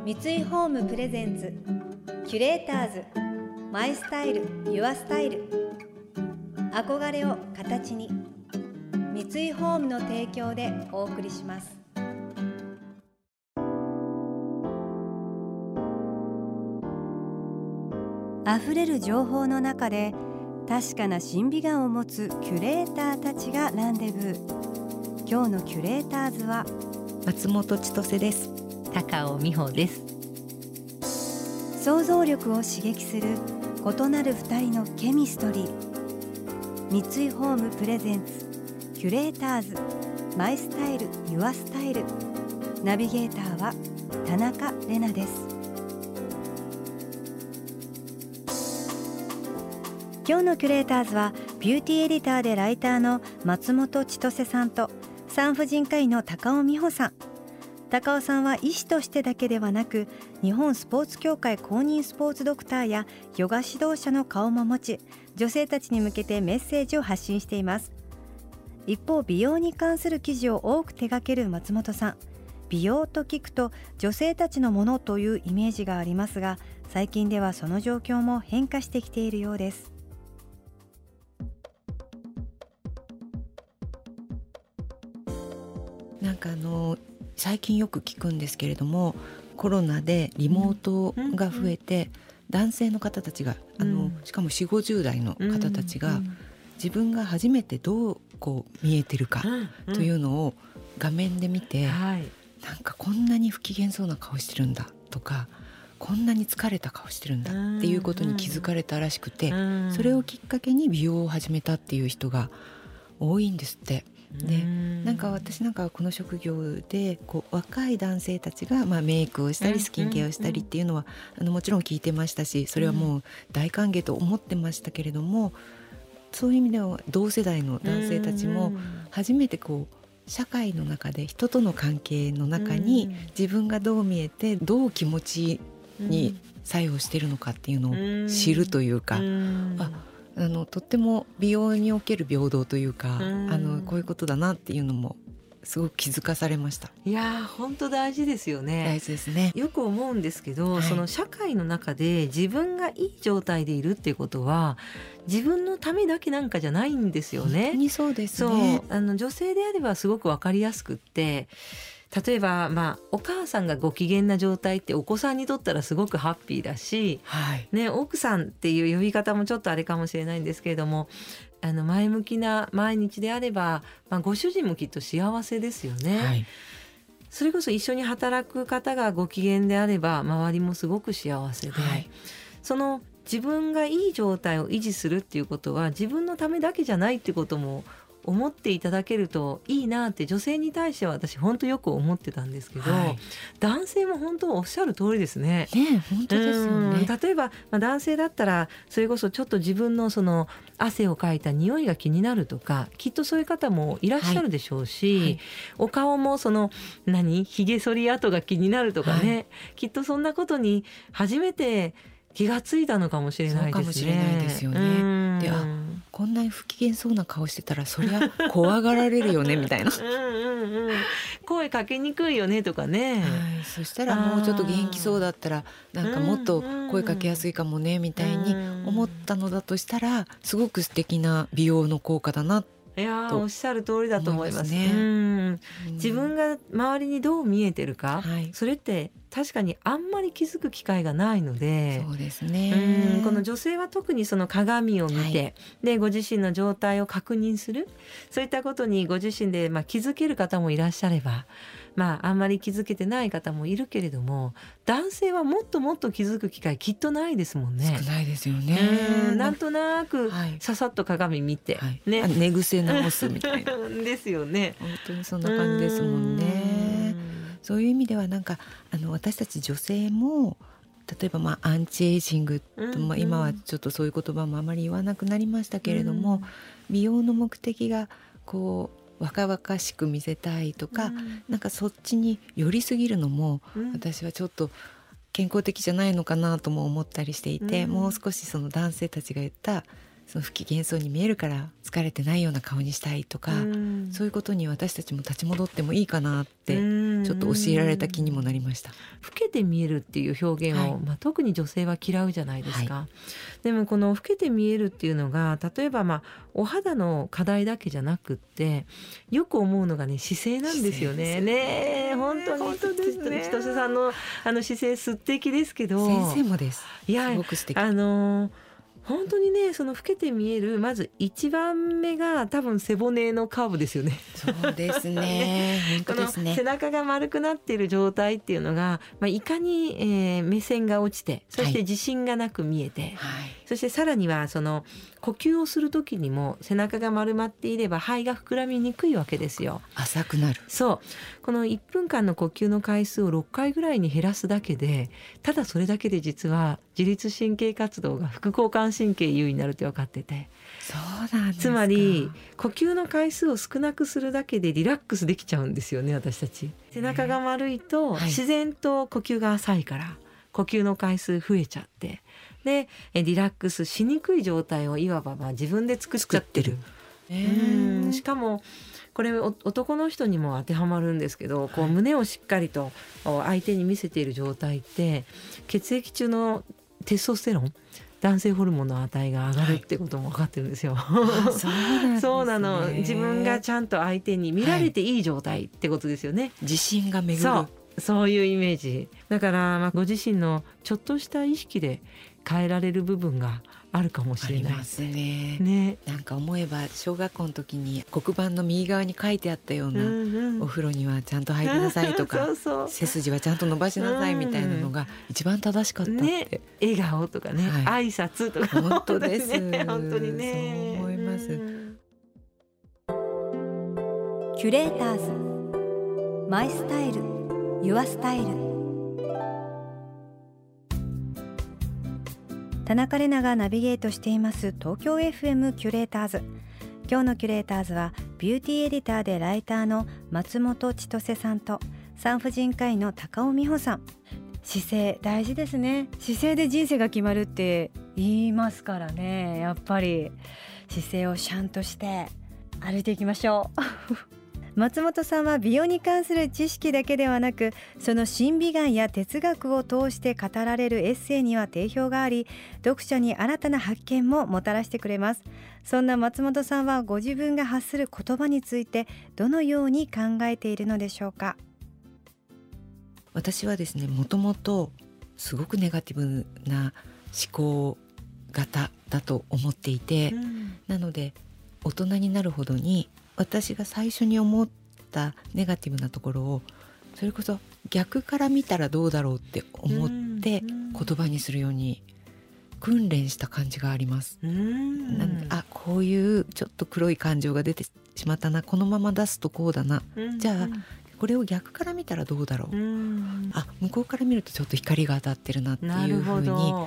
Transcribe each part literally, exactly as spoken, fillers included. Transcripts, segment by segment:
三井ホームプレゼンツキュレーターズマイスタイルユアスタイル、憧れを形に、三井ホームの提供でお送りします。あふれる情報の中で確かな審美眼を持つキュレーターたちがランデブー。今日のキュレーターズは松本千歳です。 高尾美穂です。 想像力を刺激する異なる二人のケミストリー。三井ホームプレゼンツキュレーターズマイスタイルユアスタイル、ナビゲーターは田中れなです。今日のキュレーターズはビューティーエディターでライターの松本千歳さんと産婦人科医の高尾美穂さん。高尾さんは医師としてだけではなく、日本スポーツ協会公認スポーツドクターやヨガ指導者の顔も持ち、女性たちに向けてメッセージを発信しています。一方、美容に関する記事を多く手掛ける松本さん。美容と聞くと女性たちのものというイメージがありますが、最近ではその状況も変化してきているようです。 なんかあの最近よく聞くんですけれども、コロナでリモートが増えて、男性の方たちがあのしかもよんじゅう、ごじゅう代の方たちが自分が初めてどうこう見えてるかというのを画面で見て、なんかこんなに不機嫌そうな顔してるんだとか、こんなに疲れた顔してるんだっていうことに気づかれたらしくて、それをきっかけに美容を始めたっていう人が多いんですって。でなんか私なんかこの職業でこう若い男性たちがまあメイクをしたりスキンケアをしたりっていうのはあのもちろん聞いてましたし、それはもう大歓迎と思ってましたけれども、そういう意味では同世代の男性たちも初めてこう社会の中で人との関係の中に自分がどう見えてどう気持ちに作用しているのかっていうのを知るというか、ああのとっても美容における平等というか、あのこういうことだなっていうのもすごく気づかされました。 いや本当大事ですよね。 大事ですね。 よく思うんですけど、 はい、 その社会の中で自分がいい状態でいるっていうことは自分のためだけなんかじゃないんですよね。 本当にそうですね。 そうあの女性であればすごくわかりやすくって、例えば、まあ、お母さんがご機嫌な状態ってお子さんにとったらすごくハッピーだし、 はいね、奥さんっていう呼び方もちょっとあれかもしれないんですけれども、あの前向きな毎日であれば、まあ、ご主人もきっと幸せですよね、はい、それこそ一緒に働く方がご機嫌であれば周りもすごく幸せで、はい、その自分がいい状態を維持するっていうことは自分のためだけじゃないってことも思っていただけるといいなって女性に対しては私本当よく思ってたんですけど、はい、男性も本当おっしゃる通りですね。 ね、本当ですよね。 例えば、まあ、男性だったらそれこそちょっと自分のその汗をかいた匂いが気になるとか、きっとそういう方もいらっしゃるでしょうし、はいはい、お顔もその何ひげ剃り跡が気になるとかね、はい、きっとそんなことに初めて気がついたのかもしれないですね。 そうかもしれないですよね。で、あ、こんなに不機嫌そうな顔してたらそりゃ怖がられるよねみたいなうんうん、うん、声かけにくいよねとかね、 はい、そしたらもうちょっと元気そうだったらなんかもっと声かけやすいかもねみたいに思ったのだとしたら、すごく素敵な美容の効果だな。 いやおっしゃる通りだと思いますね。うん、自分が周りにどう見えてるか、はい、それって確かにあんまり気づく機会がないので、 そうですね。 うんこの女性は特にその鏡を見て、はい、でご自身の状態を確認する、そういったことにご自身でまあ気づける方もいらっしゃれば、まあ、あんまり気づけてない方もいるけれども、男性はもっともっと気づく機会きっとないですもんね。 少ないですよね。 うんなんとなくささっと鏡見て、 はいね、寝癖直すみたいなですよね。 本当にそんな感じですもんね。そういう意味ではなんかあの私たち女性も例えばまあアンチエイジングと、うんうんまあ、今はちょっとそういう言葉もあまり言わなくなりましたけれども、うん、美容の目的がこう若々しく見せたいとか、うん、なんかそっちに寄りすぎるのも、うん、私はちょっと健康的じゃないのかなとも思ったりしていて、うん、もう少しその男性たちが言ったその不機嫌そうに見えるから疲れてないような顔にしたいとか、うん、そういうことに私たちも立ち戻ってもいいかなってちょっと教えられた気にもなりました。 老けて見えるっていう表現を、はい、まあ、特に女性は嫌うじゃないですか、はい、でもこの老けて見えるっていうのが例えばまあお肌の課題だけじゃなくってよく思うのがね姿勢なんですよね。ねえ本当に本当ですね。千歳さんのあの姿勢素敵ですけど先生もです。 いやすごく素敵。 あのー本当にねその老けて見えるまず一番目が多分背骨のカーブですよね。 そうですね本当ですね。 この背中が丸くなっている状態っていうのが、まあ、いかに、えー、目線が落ちてそして自信がなく見えて、はい、そしてさらにはその呼吸をする時にも背中が丸まっていれば肺が膨らみにくいわけですよ。 浅くなる。 そうこのいっぷんかんの呼吸の回数をろっかいぐらいに減らすだけでただそれだけで実は自律神経活動が副交感神経優位になるって分かってて、 そうなんですか。 つまり呼吸の回数を少なくするだけでリラックスできちゃうんですよね。私たち背中が丸いと自然と呼吸が浅いから呼吸の回数増えちゃってでリラックスしにくい状態をいわばまあ自分で作っちゃってる。うんしかもこれ男の人にも当てはまるんですけど、こう胸をしっかりと相手に見せている状態って血液中のテストステロン男性ホルモンの値が上がるってことも分かってるんですよ、 はい、そうなんですね。 そうなの。自分がちゃんと相手に見られていい状態ってことですよね、はい、 自信が巡る。 そうそういうイメージだから、まあ、ご自身のちょっとした意識で変えられる部分があるかもしれない。 ありますね。 ね、 なんか思えば小学校の時に黒板の右側に書いてあったような、うんうん、お風呂にはちゃんと入りなさいとかそうそう背筋はちゃんと伸ばしなさいみたいなのが一番正しかったって、ね、 笑顔とかね、はい、挨拶とか本当です、 ね、本当にねそう思います。 キュレーターズマイスタイルユアスタイル。田中れながナビゲートしています東京 エフエム キュレーターズ。今日のキュレーターズはビューティーエディターでライターの松本千歳さんと産婦人科医の高尾美穂さん。姿勢大事ですね。姿勢で人生が決まるって言いますからね。やっぱり姿勢をちゃんとして歩いていきましょう松本さんは美容に関する知識だけではなくその審美眼や哲学を通して語られるエッセイには定評があり読者に新たな発見ももたらしてくれます。そんな松本さんはご自分が発する言葉についてどのように考えているのでしょうか。 私はですねもともとすごくネガティブな思考型だと思っていて、うん、なので大人になるほどに私が最初に思ったネガティブなところをそれこそ逆から見たらどうだろうって思って言葉にするように訓練した感じがあります。うんなんであこういうちょっと黒い感情が出てしまったなこのまま出すとこうだなじゃあこれを逆から見たらどうだろうあ向こうから見るとちょっと光が当たってるなっていうふうに、はい、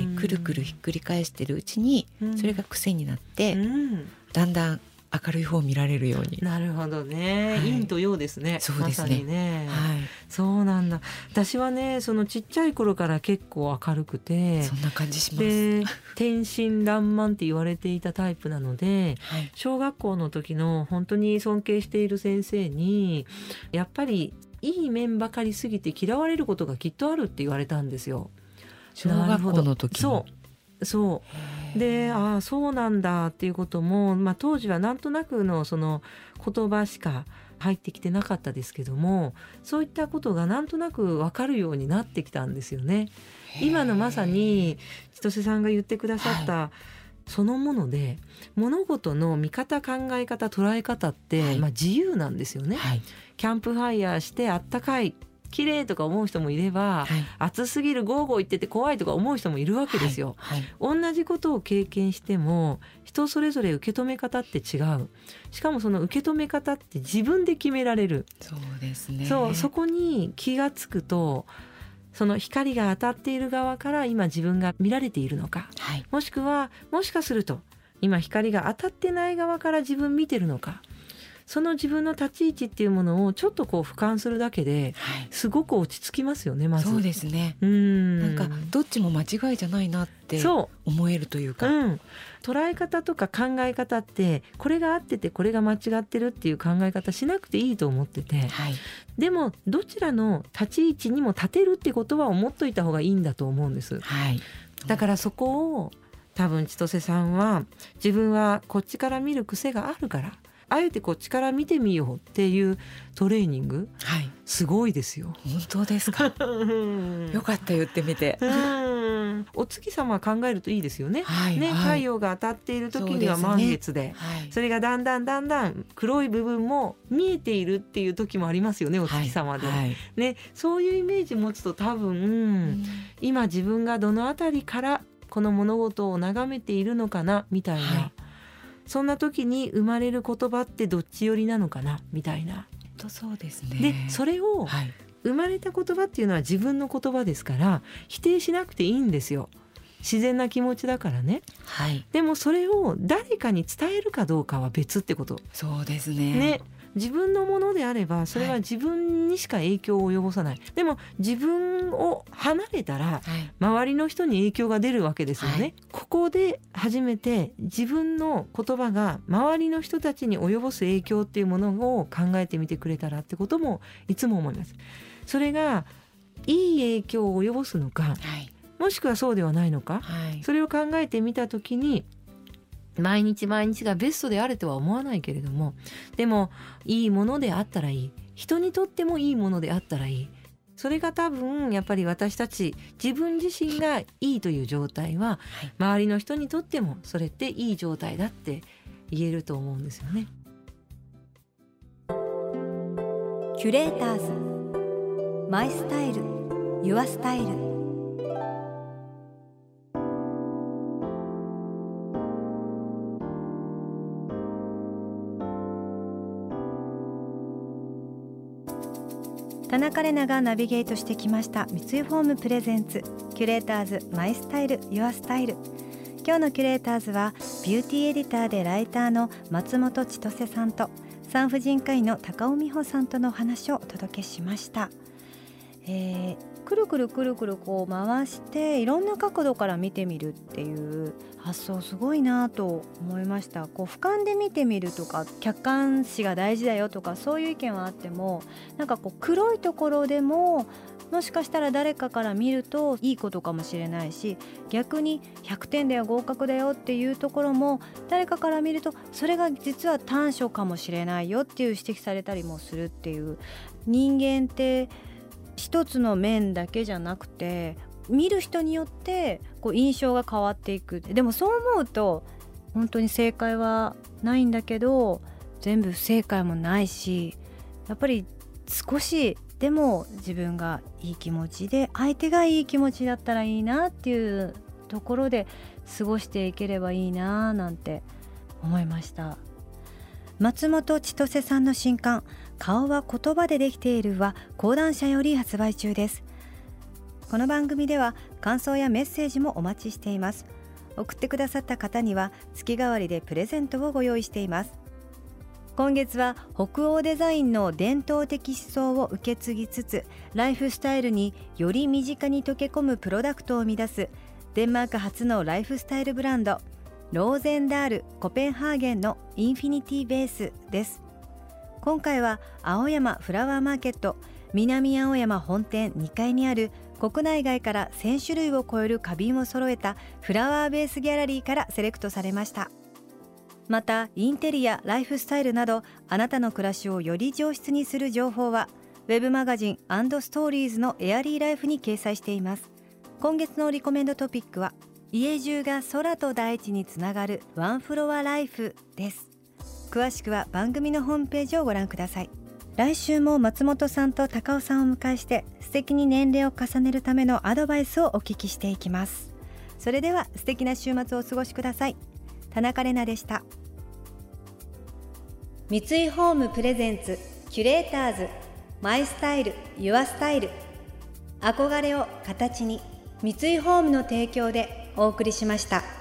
くるくるひっくり返してるうちにそれが癖になってだんだん明るい方を見られるように。 なるほどね、はい、陰と陽ですね。 そうですね、まさにね、はい、 そうなんだ。私はねそのちっちゃい頃から結構明るくてそんな感じします。 で天真爛漫って言われていたタイプなので、はい、小学校の時の本当に尊敬している先生にやっぱりいい面ばかりすぎて嫌われることがきっとあるって言われたんですよ。 小学校の時そうそうでああそうなんだっていうことも、まあ、当時はなんとなくのその言葉しか入ってきてなかったですけどもそういったことがなんとなく分かるようになってきたんですよね。今のまさに千歳さんが言ってくださった、はい、そのもので物事の見方考え方捉え方って、はいまあ、自由なんですよね、はい、キャンプファイヤーしてあったかい綺麗とか思う人もいれば、はい、暑すぎるゴーゴー言ってて怖いとか思う人もいるわけですよ、はいはい、同じことを経験しても人それぞれ受け止め方って違う。しかもその受け止め方って自分で決められる。 そうですね。 そうそこに気がつくとその光が当たっている側から今自分が見られているのか、はい、もしくはもしかすると今光が当たってない側から自分見てるのかその自分の立ち位置っていうものをちょっとこう俯瞰するだけで、はい、すごく落ち着きますよね。まずそうですね。うんなんかどっちも間違いじゃないなって思えるというか、 うん、捉え方とか考え方ってこれが合っててこれが間違ってるっていう考え方しなくていいと思ってて、はい、でもどちらの立ち位置にも立てるってことは思っといた方がいいんだと思うんです、はい、だからそこを多分千歳さんは自分はこっちから見る癖があるからあえてこっちから見てみようっていうトレーニング、はい、すごいですよ。 本当ですかよかった言ってみてうんお月様考えるといいですよね、はいねはい、太陽が当たっている時には満月 で, そ, で、ねはい、それがだんだんだんだん黒い部分も見えているっていう時もありますよねお月様で、はいはいね、そういうイメージ持つと多分、うん、今自分がどのあたりからこの物事を眺めているのかなみたいな、はい、そんな時に生まれる言葉ってどっち寄りなのかなみたいな。 本当そうですね。 でそれを、はい、生まれた言葉っていうのは自分の言葉ですから否定しなくていいんですよ。自然な気持ちだからね、はい、でもそれを誰かに伝えるかどうかは別ってこと。 そうですね。 ね自分のものであればそれは自分にしか影響を及ぼさない、はい、でも自分を離れたら周りの人に影響が出るわけですよね、はい、ここで初めて自分の言葉が周りの人たちに及ぼす影響っていうものを考えてみてくれたらってこともいつも思います。それがいい影響を及ぼすのか、はい、もしくはそうではないのか、はい、それを考えてみたときに毎日毎日がベストであるとは思わないけれども、でもいいものであったらいい、人にとってもいいものであったらいい、それが多分やっぱり私たち自分自身がいいという状態は、はい、周りの人にとってもそれっていい状態だって言えると思うんですよね。 キュレーターズマイスタイルユアスタイル。田中れながナビゲートしてきました三井ホームプレゼンツキュレーターズマイスタイルユアスタイル。今日のキュレーターズはビューティーエディターでライターの松本千歳さんと産婦人科医の高尾美穂さんとのお話をお届けしました。えー、くるくるくるくるこう回していろんな角度から見てみるっていう発想すごいなと思いました。こう俯瞰で見てみるとか客観視が大事だよとかそういう意見はあっても、なんかこう黒いところでももしかしたら誰かから見るといいことかもしれないし、逆にひゃくてんだよ合格だよっていうところも誰かから見るとそれが実は短所かもしれないよっていう指摘されたりもするっていう、人間って一つの面だけじゃなくて見る人によってこう印象が変わっていく。でもそう思うと本当に正解はないんだけど全部不正解もないし、やっぱり少しでも自分がいい気持ちで相手がいい気持ちだったらいいなっていうところで過ごしていければいいななんて思いました。松本千歳さんの新刊顔は言葉でできているは講談社より発売中です。この番組では感想やメッセージもお待ちしています。送ってくださった方には月替わりでプレゼントをご用意しています。今月は北欧デザインの伝統的思想を受け継ぎつつライフスタイルにより身近に溶け込むプロダクトを生み出すデンマーク発のライフスタイルブランドローゼンダールコペンハーゲンのインフィニティベースです。今回は青山フラワーマーケット南青山本店にかいにある国内外からせん種類を超える花瓶を揃えたフラワーベースギャラリーからセレクトされました。またインテリア、ライフスタイルなどあなたの暮らしをより上質にする情報はウェブマガジン&ストーリーズのエアリーライフに掲載しています。今月のリコメンドトピックは家中が空と大地につながるワンフロアライフです。詳しくは番組のホームページをご覧ください。来週も松本さんと高尾さんをお迎えして素敵に年齢を重ねるためのアドバイスをお聞きしていきます。それでは素敵な週末をお過ごしください。田中れなでした。三井ホームプレゼンツキュレーターズマイスタイルユアスタイル、憧れを形に三井ホームの提供でお送りしました。